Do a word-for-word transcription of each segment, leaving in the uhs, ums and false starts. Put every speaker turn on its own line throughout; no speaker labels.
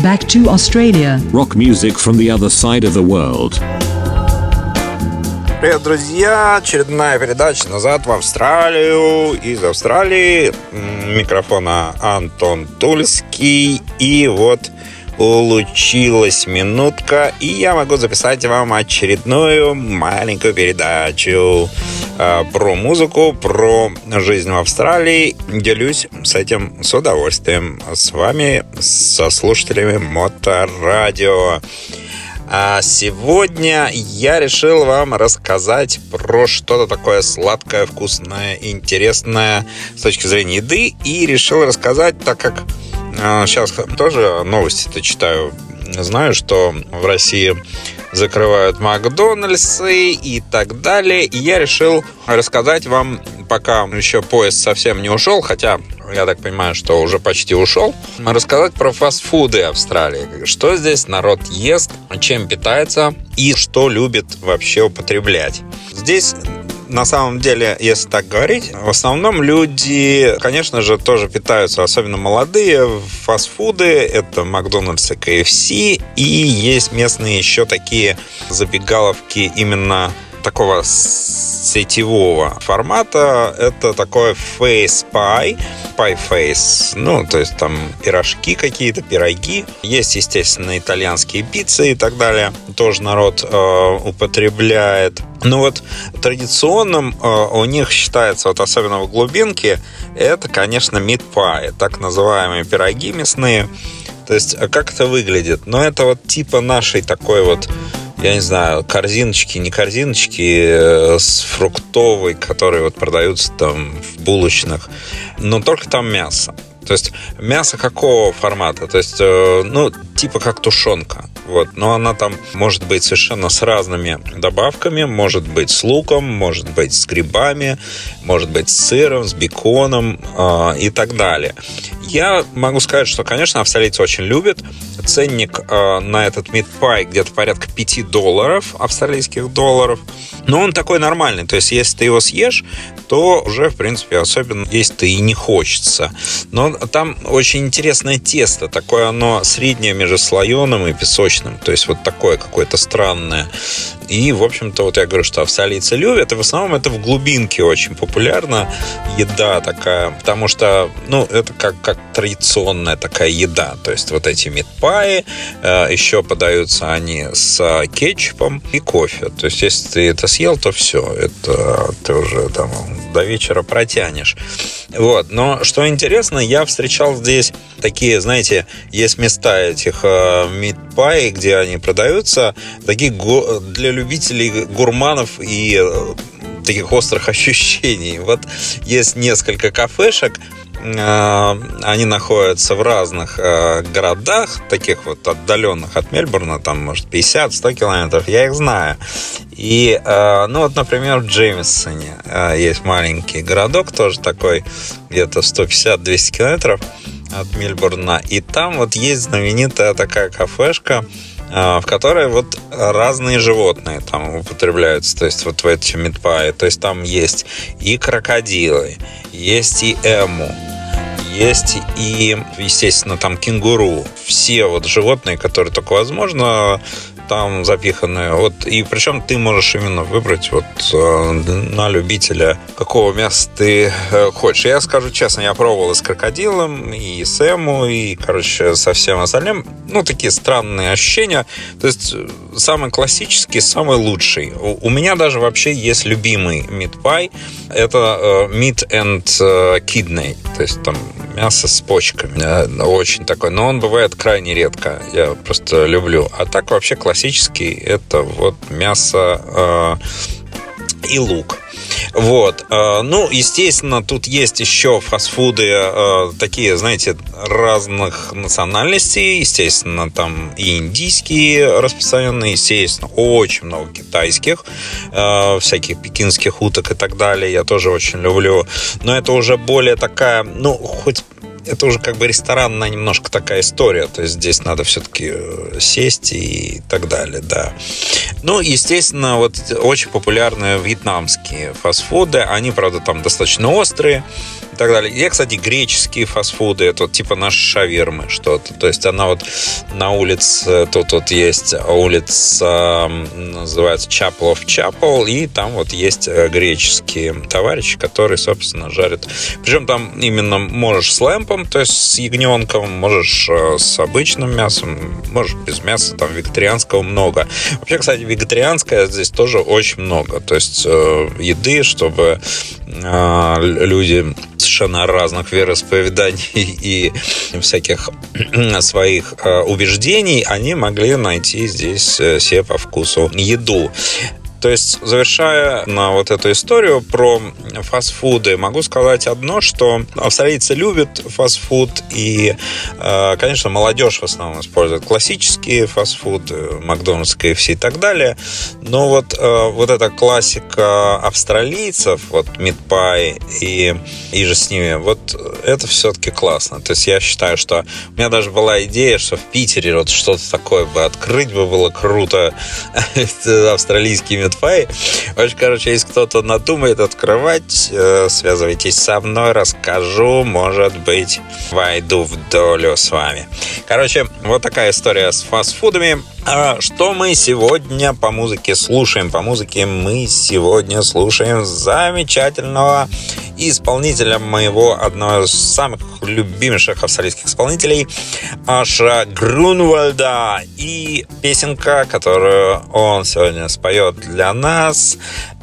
back to Australia.
Rock music from the other side of the world.
Привет, друзья! Очередная передача назад в Австралию. Из Австралии микрофона Антон Тульский. И вот улучилась минутка, и я могу записать вам очередную маленькую передачу э, про музыку, про жизнь в Австралии. Делюсь с этим с удовольствием с вами, со слушателями Моторадио. А сегодня я решил вам рассказать про что-то такое сладкое, вкусное, интересное с точки зрения еды. И решил рассказать, так как сейчас тоже новости-то читаю, знаю, что в России закрывают Макдональдсы и так далее. И я решил рассказать вам, пока еще поезд совсем не ушел, хотя я так понимаю, что уже почти ушел, рассказать про фастфуды Австралии. Что здесь народ ест, чем питается и что любит вообще употреблять. Здесь, на самом деле, если так говорить, в основном люди, конечно же, тоже питаются, особенно молодые, фастфуды. Это Макдональдс и кей эф си. И есть местные еще такие забегаловки именно такого сетевого формата. Это такой face pie, pie face, ну, то есть там пирожки какие-то, пироги. Есть, естественно, итальянские пиццы и так далее. Тоже народ э, употребляет. Ну вот традиционным э, у них считается, вот особенно в глубинке, это, конечно, meat pie, так называемые пироги мясные. То есть как это выглядит? Ну, это вот типа нашей такой вот, я не знаю, корзиночки, не корзиночки с фруктовой, которые вот продаются там в булочных, но только там мясо. То есть мясо какого формата? То есть, ну, типа как тушенка. Вот. Но она там может быть совершенно с разными добавками. Может быть с луком, может быть с грибами, может быть с сыром, с беконом э, и так далее. Я могу сказать, что, конечно, австралийцы очень любят. Ценник э, на этот meat pie где-то порядка пяти долларов, австралийских долларов. Но он такой нормальный. То есть, если ты его съешь, то уже, в принципе, особенно есть-то и не хочется. Но там очень интересное тесто. Такое оно среднее между слоеным и песочным. То есть, вот такое какое-то странное. И, в общем-то, вот я говорю, что австралийцы любят. И в основном это в глубинке очень популярна еда такая. Потому что, ну, это как, как традиционная такая еда. То есть, вот эти мидпаи. Э, еще подаются они с кетчупом и кофе. То есть, если ты это съел, то все. Это ты уже там до вечера протянешь. Вот. Но, что интересно, я встречал здесь такие, знаете, есть места этих э, мидпаи, где они продаются. Такие го- для любителей гурманов и э, таких острых ощущений. Вот есть несколько кафешек. Они находятся в разных э, городах, таких вот отдаленных от Мельбурна, там, может, пятьдесят-сто километров, я их знаю. И, э, ну, вот, например, в Джеймисоне э, есть маленький городок, тоже такой, где-то сто пятьдесят-двести километров от Мельбурна. И там вот есть знаменитая такая кафешка, в которой вот разные животные там употребляются, то есть вот в эти мидпаи. То есть там есть и крокодилы, есть и эму, есть и, естественно, там кенгуру. Все вот животные, которые только возможно, там запиханы. Вот, и причем ты можешь именно выбрать вот э, на любителя, какого мяса ты э, хочешь. Я скажу честно, я пробовал и с крокодилом, и с эму, и, короче, со всем остальным. Ну, такие странные ощущения. То есть, самый классический, самый лучший. У, у меня даже вообще есть любимый meat pie. Это э, meat and kidney. То есть, там мясо с почками. Э, очень такой. Но он бывает крайне редко. Я просто люблю. А так вообще классический это вот мясо э, и лук. Вот. Ну, естественно, тут есть еще фастфуды э, такие, знаете, разных национальностей. Естественно, там и индийские распространенные, естественно, очень много китайских, э, всяких пекинских уток и так далее. Я тоже очень люблю. Но это уже более такая, ну, хоть это уже как бы ресторанная немножко такая история. То есть здесь надо все-таки сесть и так далее, да. Ну, естественно, вот очень популярные вьетнамские фастфуды. Они, правда, там достаточно острые. и так далее. И, кстати, греческие фастфуды, это вот типа наши шавермы что-то. То есть она вот на улице, тут вот есть улица, называется Chapel of Chapel, и там вот есть греческие товарищи, которые, собственно, жарят. Причем там именно можешь с лэмпом, то есть с ягненком, можешь с обычным мясом, можешь без мяса, там вегетарианского много. Вообще, кстати, вегетарианское здесь тоже очень много. То есть э, еды, чтобы э, люди совершенно разных вероисповеданий и всяких своих э, убеждений, они могли найти здесь э, себе по вкусу еду. То есть, завершая на вот эту историю про фастфуды, могу сказать одно, что австралийцы любят фастфуд, и, конечно, молодежь в основном использует классические фастфуды, Макдональдс, кей эф си и так далее, но вот, вот эта классика австралийцев, вот мидпай и, и же с ними, вот это все-таки классно. То есть я считаю, что у меня даже была идея, что в Питере вот что-то такое бы открыть бы было круто, австралийские мидпай. Очень, короче, если кто-то надумает открывать, связывайтесь со мной, расскажу, может быть, войду в долю с вами. Короче, вот такая история с фастфудами. А что мы сегодня по музыке слушаем? По музыке мы сегодня слушаем замечательного исполнителя моего, одного из самых любимейших австралийских исполнителей, Аша Грунвальда. И песенка, которую он сегодня споет для нас,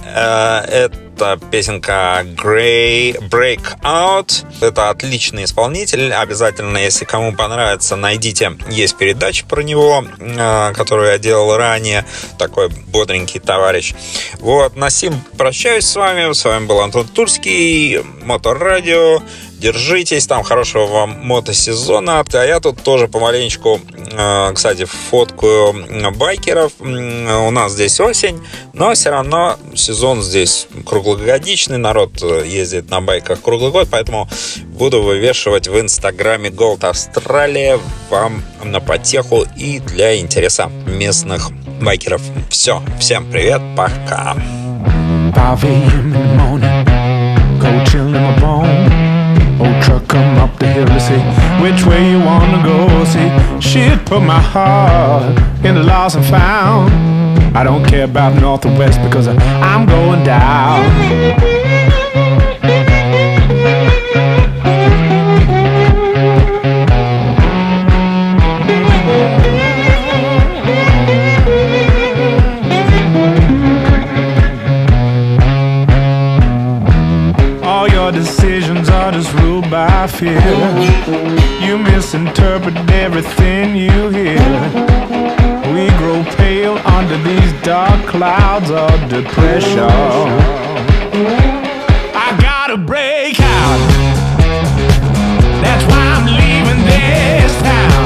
это песенка Grey Breakout. Это отличный исполнитель. Обязательно, если кому понравится, найдите. Есть передача про него, которую я делал ранее. Такой бодренький товарищ. Вот, на сим прощаюсь с вами. С вами был Антон Тульский, Моторадио. Держитесь, там хорошего вам мотосезона. А я тут тоже помаленечку, кстати, фоткаю байкеров. У нас здесь осень, но все равно сезон здесь круглогодичный. Народ ездит на байках круглый год, поэтому буду вывешивать в инстаграме Gold Australia вам на потеху и для интереса местных байкеров. Все, всем привет, пока.
Old truck come up the hill to see which way you wanna go. See, shit put my heart in the lost and found. I don't care about north or west because I'm going down. All your decisions are just ruled by fear. You misinterpret everything you hear. We grow pale under these dark clouds of depression. I gotta break out. That's why I'm leaving this town.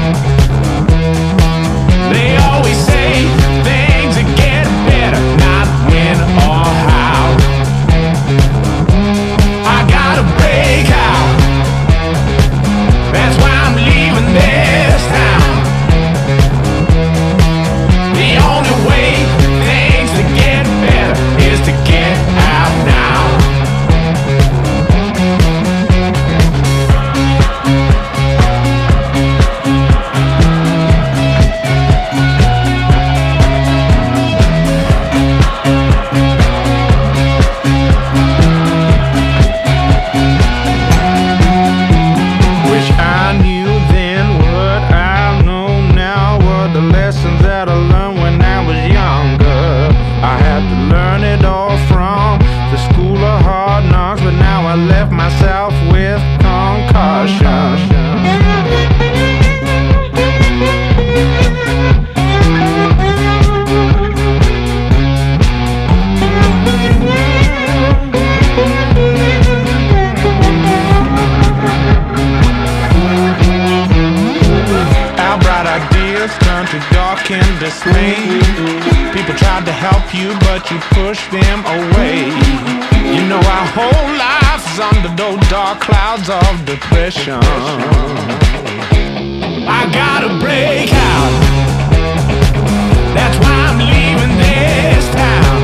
They always say things are getting better, not when or how. I gotta break out. That's why I'm leaving this town. The only way things to get better is to get out now. Wish I knew then what I know now, what the lessons that I learned when I was younger. I had to learn it all from the school of hard knocks, but now I left myself with concussion. Our bright ideas turned to dark and dismay. People tried to help you, but you pushed them away. You know our whole life is under those dark clouds of depression. I gotta break out. That's why I'm leaving this town.